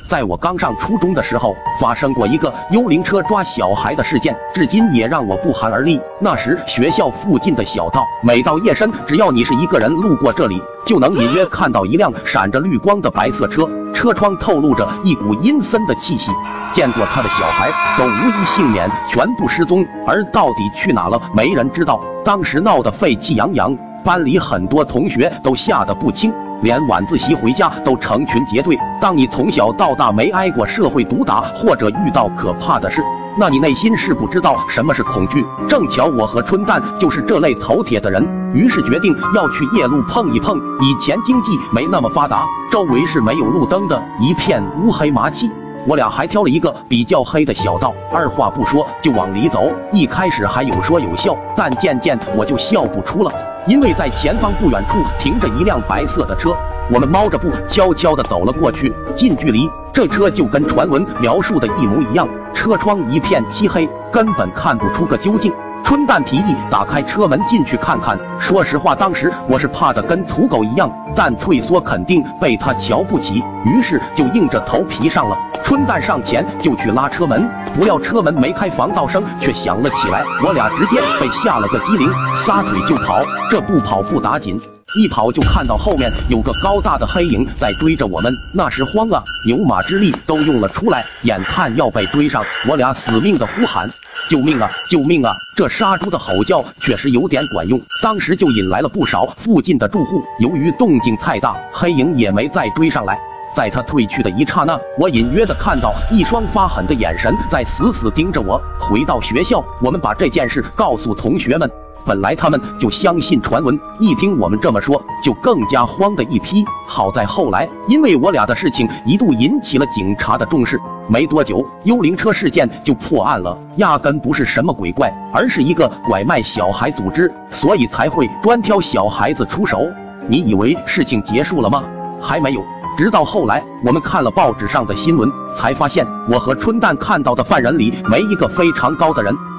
在我刚上初中的时候，发生过一个幽灵车抓小孩的事件，至今也让我不寒而栗。那时学校附近的小道，每到夜深，只要你是一个人路过这里，就能隐约看到一辆闪着绿光的白色车，车窗透露着一股阴森的气息。见过他的小孩都无一幸免，全部失踪，而到底去哪了，没人知道。当时闹得沸气扬扬，班里很多同学都吓得不轻，连晚自习回家都成群结队。当你从小到大没挨过社会毒打，或者遇到可怕的事，那你内心是不知道什么是恐惧。正巧我和春蛋就是这类头铁的人，于是决定要去夜路碰一碰。以前经济没那么发达，周围是没有路灯的，一片乌黑麻漆。我俩还挑了一个比较黑的小道，二话不说就往里走。一开始还有说有笑，但渐渐我就笑不出了，因为在前方不远处停着一辆白色的车。我们猫着步悄悄地走了过去，近距离这车就跟传闻描述的一模一样，车窗一片漆黑，根本看不出个究竟。春蛋提议打开车门进去看看，说实话当时我是怕得跟土狗一样，但退缩肯定被他瞧不起，于是就硬着头皮上了。春蛋上前就去拉车门，不料车门没开，防盗声却响了起来，我俩直接被吓了个机灵，撒腿就跑。这不跑不打紧，一跑就看到后面有个高大的黑影在追着我们，那时慌啊，牛马之力都用了出来，眼看要被追上，我俩死命的呼喊救命啊救命啊！这杀猪的吼叫确实有点管用，当时就引来了不少附近的住户。由于动静太大，黑影也没再追上来。在他退去的一刹那，我隐约的看到一双发狠的眼神在死死盯着我。回到学校，我们把这件事告诉同学们，本来他们就相信传闻，一听我们这么说，就更加慌的一批。好在后来，因为我俩的事情一度引起了警察的重视，没多久，幽灵车事件就破案了，压根不是什么鬼怪，而是一个拐卖小孩组织，所以才会专挑小孩子出手。你以为事情结束了吗？还没有。直到后来，我们看了报纸上的新闻，才发现我和春蛋看到的犯人里没一个非常高的人。